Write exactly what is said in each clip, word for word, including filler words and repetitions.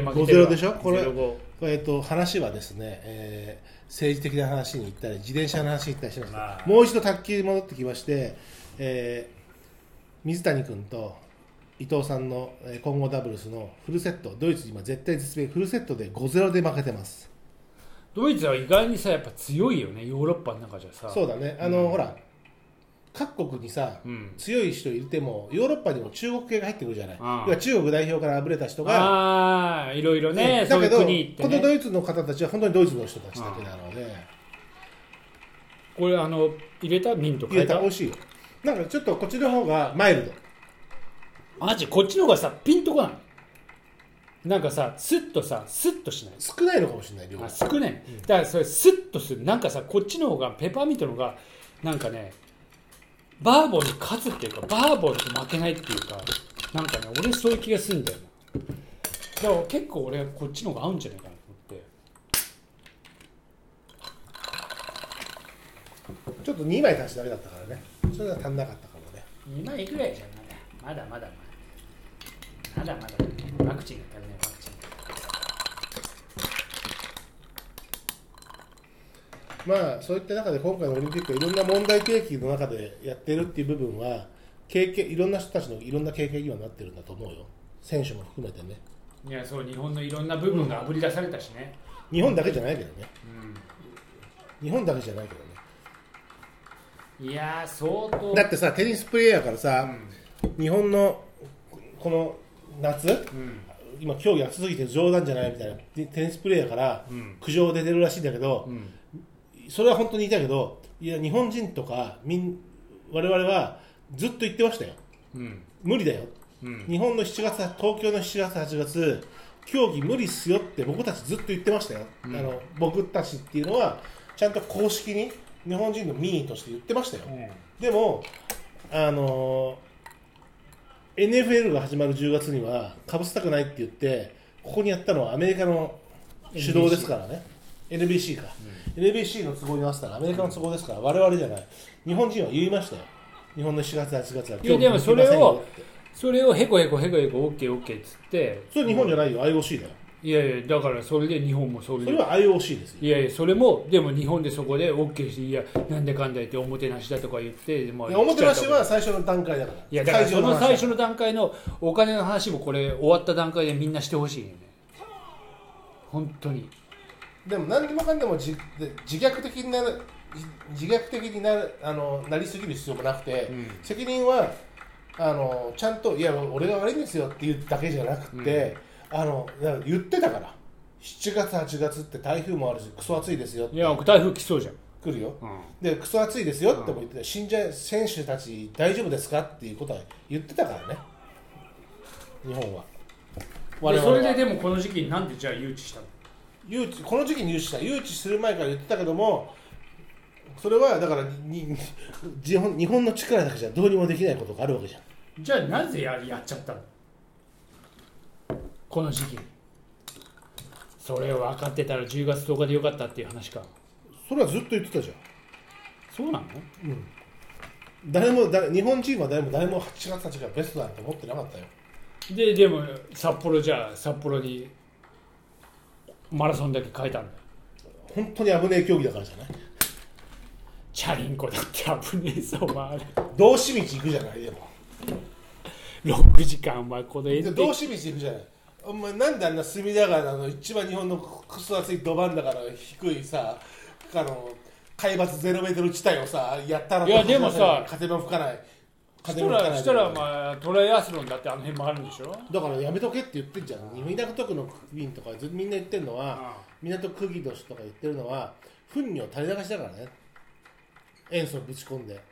負けてるわ。 ごゼロでしょ。これ、 ゼロごえー、と話はですね、えー、政治的な話に行ったり自転車の話に行ったりしました、 まあ、 もう一度卓球に戻ってきまして、えー、水谷君と伊藤さんの混合ダブルスのフルセット、ドイツ今絶対絶命フルセットでごゼロで負けてます。 ドイツは意外にさやっぱ強いよね、ヨーロッパの中じゃさ。 そうだね、あの、 うん、 ほら各国にさ、うん、強い人いてもヨーロッパにも中国系が入ってくるじゃない。要は中国代表からあぶれた人があいろいろね、 ね、だけどそういう国行ってね、 このドイツの方たちは本当にドイツの人たちだけなので、 これあの入れたミント入れた美味しいよ。なんかちょっとこっちの方がマイルド。 マジこっちの方がさピンとこない。なんかさスッとさスッとしない。 少ないのかもしれない量が。 あ少ない、うん、だからそれスッとする。なんかさこっちの方がペパーミントの方がなんかねバーボンに勝つっていうかバーボンに負けないっていうかなんかね俺そういう気がするんだよな。だから結構俺こっちの方が合うんじゃないかなと思って。ちょっとにまい足しだけだったからね。それが足んなかったかもね。 にまいぐらいじゃまだまだまだまだまだワクチンが足りないワクチン。まあそういった中で今回のオリンピックはいろんな問題提起の中でやってるっていう部分は経験いろんな人たちのいろんな経験にはなってるんだと思うよ。選手も含めてね。 いやそう日本のいろんな部分があぶり出されたしね、 うん、日本だけじゃないけどね、うん、日本だけじゃないけどね。いや相当だってさテニスプレーヤーからさ、うん、日本のこの夏、うん、今競技が続いて冗談じゃないみたいなテニスプレーヤーから苦情出てるらしいんだけど、うん、それは本当に言いたいけどいや日本人とかみん我々はずっと言ってましたよ、うん、無理だよ、うん、日本のしちがつ東京のしちがつはちがつ競技無理っすよって僕たちずっと言ってましたよ、うん、あの僕たちっていうのはちゃんと公式に日本人の民意として言ってましたよ、うん、でもあのー、エヌエフエル が始まるじゅうがつにはかぶせたくないって言ってここにやったのはアメリカの主導ですからね エヌビーシー か、うん、エヌビーシー の都合に合わせたらアメリカの都合ですから我々じゃない日本人は言いましたよ日本のしがつはちがつは競技できませんよってそれをへこへこへこへこ オーケーオーケー っつってそれ日本じゃないよ アイオーシー だよ。 いやいやだからそれで日本もそれでそれは アイオーシー ですよ。 いやいやそれもでも日本でそこで OK していやなんでかんだ言っておもてなしだとか言って、まあ、 いやおもてなしは最初の段階だからいやだからその最初の段階のお金の話もこれ終わった段階でみんなしてほしいよね本当に。 でも何でもかんでも 自, 自虐的になる自虐的になるあのなりすぎる必要もなくて、うん、責任はあのちゃんといや俺が悪いんですよって言うだけじゃなくて、うん、あの言ってたからしちがつはちがつって台風もあるしクソ暑いですよって。 いや台風来そうじゃん来るよ、うん、でクソ暑いですよっても言って、うん、死んじゃ選手たち大丈夫ですかっていうことは言ってたからね日本は。 我々はそれででもこの時期になんでじゃあ誘致したの。 誘致この時期に誘致した誘致する前から言ってたけどもそれはだからに日本、日本の力だけじゃどうにもできないことがあるわけじゃん。 じゃあなぜ や, やっちゃったのこの時期に。それを分かってたらじゅうがつとおかでよかったっていう話か。 それはずっと言ってたじゃん。 そうなの。 うん誰も誰日本チームは誰も誰もはちがつはちがつがベストだと思ってなかったよ。 ででも札幌じゃあ札幌にマラソンだけ変えたんだよ。 本当に危ねえ競技だからじゃない。 チャリンコだって危ねえそう回る。 道志道行くじゃないでも。 ろくじかんお前この道志道行くじゃない。お前なんであんな隅田川の一番日本のクソ暑いど真ん中の低いさあの海抜ゼロメートル地帯をさやったらいやでもさ風も吹かない風も吹かないしたらまあトライアスロンだってあの辺もあるんでしょ。 だからやめとけって言ってんじゃん。港区の便とかずみんな言ってるのは港区議年とか言ってるのは糞尿垂れ流しだからね。塩素ぶち込んで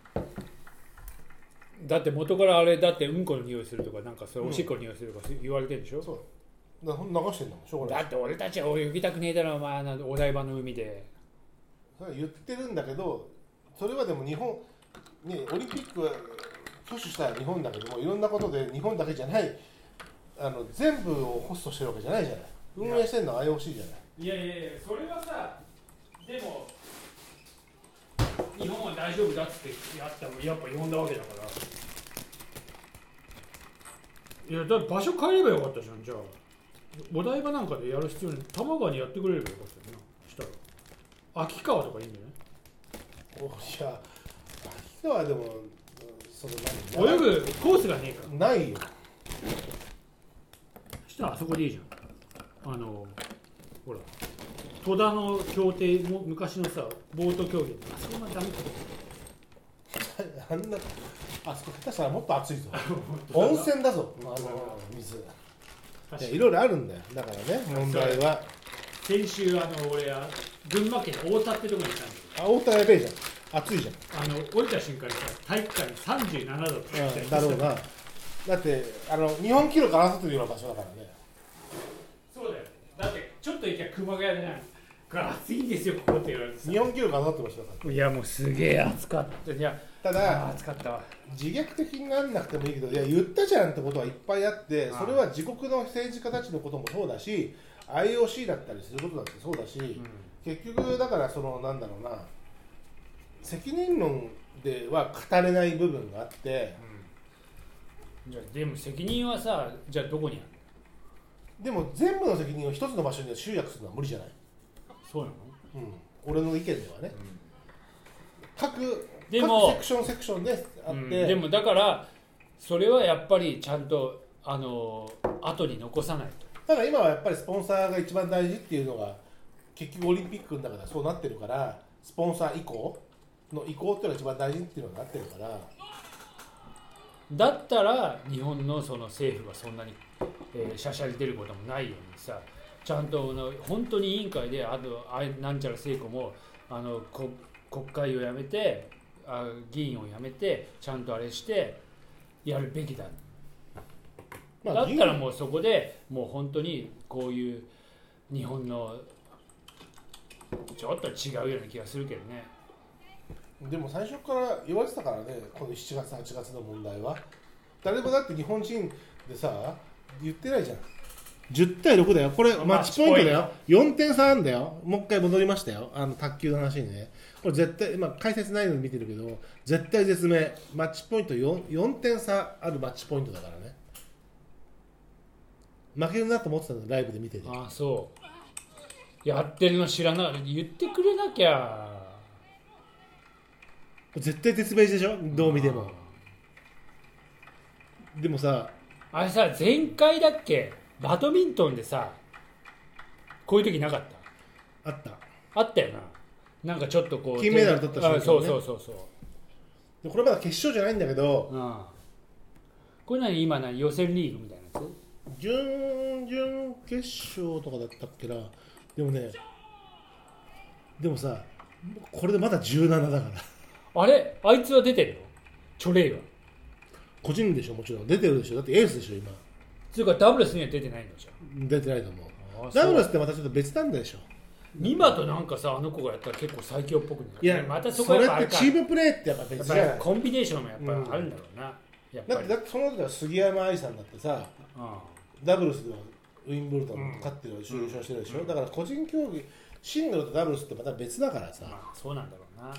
だって元からあれだってうんこの匂いするとかなんかそれおしっこの匂いするとか言われてるでしょ、うん、 そうだ流してんだもんしょうがない。 だって俺たちは泳ぎたくねえだろお前お台場の海で。 それは言ってるんだけどそれはでも日本、ね、オリンピックは挙手したら日本だけどもいろんなことで日本だけじゃないあの全部をホストしてるわけじゃないじゃない。運営してるのは アイオーシー じゃない。 いやいやいやそれはさでも日本は大丈夫だっつってやったやっぱ呼んだわけだから。いやだって場所変えればよかったじゃん。じゃあお台場なんかでやる必要に多摩川にやってくれればよかったよな。したら秋川とかいいんじゃない？ おいや秋川でもその泳ぐコースがねえかないよ。 したらあそこでいいじゃん。あのほら戸田の協定も昔のさボート競技あそこまでダメかあんなあそこ下手したらもっと暑いぞ温泉だぞあの水。いやいろいろあるんだよ。だからね問題は先週あの俺は群馬県太田ってとこに行ったんだけど、 あ太田やべえじゃん。暑いじゃん。 あの降りた瞬間にさ体育館にさんじゅうななどって言って、 うん、だろうな。だってあの日本記録争ってるような場所だからね。 そうだよ。だってちょっと行きゃ熊谷でないこれ暑いんですよここって言われてさ、 日本記録争ってましたから。 いやもうすげえ暑かった。いやただ暑かったわ。 自虐的になんなくてもいいけど、いや言ったじゃんってことはいっぱいあって、それは自国の政治家たちのこともそうだし アイオーシー だったりすることだってそうだし、うん、結局だからそのなんだろうな責任論では語れない部分があって、 うん、じゃあでも責任はさじゃあどこにあるの？でも全部の責任を一つの場所に集約するのは無理じゃない？ そうなの？ うん、俺の意見ではね、うん、各でもセクションセクションであって、うん、 でもだからそれはやっぱりちゃんとあの後に残さないと。 ただ今はやっぱりスポンサーが一番大事っていうのが結局オリンピックの中ではそうなってるから、スポンサー移行の移行っていうのが一番大事っていうのがなってるから、 だったら日本のその政府がそんなに、えー、しゃしゃり出ることもないようにさ、ちゃんとあの本当に委員会であとあなんちゃら聖子もあのこ国会をやめてあ議員を辞めてちゃんとあれしてやるべきだ、まあ、だったらもうそこでもう本当にこういう日本のちょっと違うような気がするけどね。 でも最初から言われてたからね、このしちがつはちがつの問題は誰もだって日本人でさ言ってないじゃん。じゅってんろくだよこれ、マッチポイントだよ。よんてん差あんだよ。もう一回戻りましたよ、あの卓球の話にね。これ絶対、まあ、解説ないので見てるけど絶対絶命マッチポイント 4, よんてん差あるマッチポイントだからね。負けるなと思ってたのライブで見てて。 ああそうやってるの知らない言ってくれなきゃ。 絶対絶命でしょどう見ても。でもさあれさ前回だっけバドミントンでさこういう時なかった？ あったあったよな。なんかちょっとこう金メダル取った瞬間、ね、 そうそうそうそうでこれまだ決勝じゃないんだけど、 うん、これ何今何予選リーグみたいなやつ？ 準々決勝とかだったっけな。でもねでもさこれでまだじゅうななだからあれあいつは出てるよチョレイは。 個人でしょもちろん出てるでしょ。だってエースでしょ今。 つうかダブルスには出てないのじゃん。出てないと思う。ダブルスってまたちょっと別なんでしょ。 ミマとなんかさあの子がやったら結構最強っぽくなる。 いやまたそこはやっぱあれかそれってチームプレーってやっぱ別じゃない。 コンビネーションもやっぱあるんだろうな、うん、やっぱりだってその時は杉山愛さんだってさ、うん、ダブルスではウィンブルドン勝ってる、うん、優勝してるでしょ、うん、だから個人競技シングルとダブルスってまた別だからさ、 まあ、そうなんだろうな。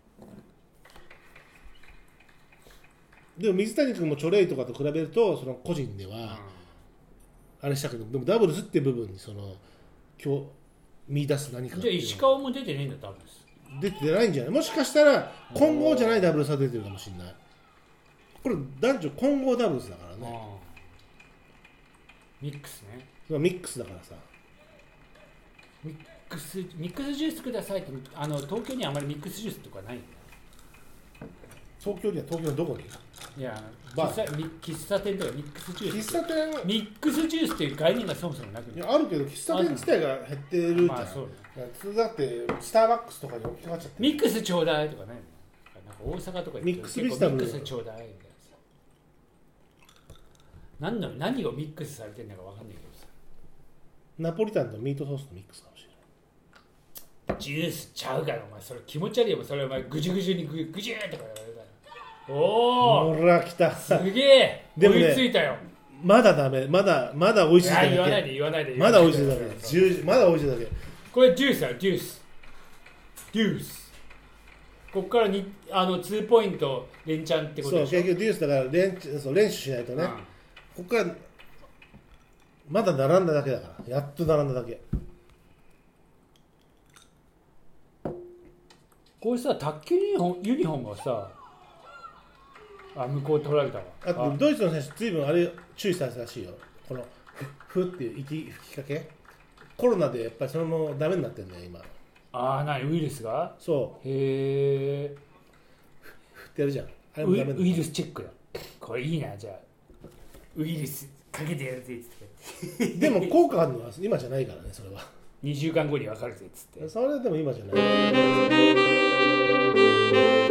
でも水谷君もチョレイとかと比べるとその個人では、うん、あれしたけどでもダブルスって部分にその今日見出す何か。 じゃあ石川も出てねえんだダブルス。 出てないんじゃない。もしかしたら混合じゃないダブルスは出てるかもしれない。これ男女混合ダブルスだからね。 ミックスね。 ミックスだからさ。 ミックスミックスジュースくださいってあの東京にはあまりミックスジュースとかないんだ。 東京には東京のどこに？ いや喫茶、喫茶店とかミックスジュース。 喫茶店ミックスジュースっていう概念がそもそもなくて。 いやあるけど喫茶店自体が減ってるじゃん。まあそうだってスターバックスとかに置き換わっちゃって。 ミックスちょうだいとかね。なんか大阪とかミックスビジタブル。 ミックスちょうだいみたいなさ。何の何をミックスされてるのかわかんないけどさ。 ナポリタンとミートソースのミックスかもしれない。ジュースちゃうからお前それ気持ち悪いよ。それお前ぐじゅぐじゅにぐぐじゅーとかやられたら。おーほら来た。 すげえ。でもね追いついたよ。 まだダメ。まだまだ美味しいだけ。 言わないで言わないで。 まだ美味しいだけ。まだ美味しいだけ。 これジュースだよジュース。ジュース。ここからにあのツーポイント連チャンってことでしょ。 そう結局デュースだから連そう練習しないとね。うん、ここからまだ並んだだけだからやっと並んだだけ。 これさ卓球ユニフォームユニフォームはさあ向こう取られたわ。 あとドイツの選手ずいぶんあれ注意されたらしいよ。このふっていう息吹きかけコロナでやっぱりそれもダメになってるんだよ今。 ああなにウイルスがそうへえふってやるじゃん。あれウイもダメだ。 ウイルスチェックだ。これいいなじゃあウイルスかけてやるぜっつってでも効果あるのは今じゃないからねそれは。 にしゅうかんごに分かるぜっつってそれでも今じゃない。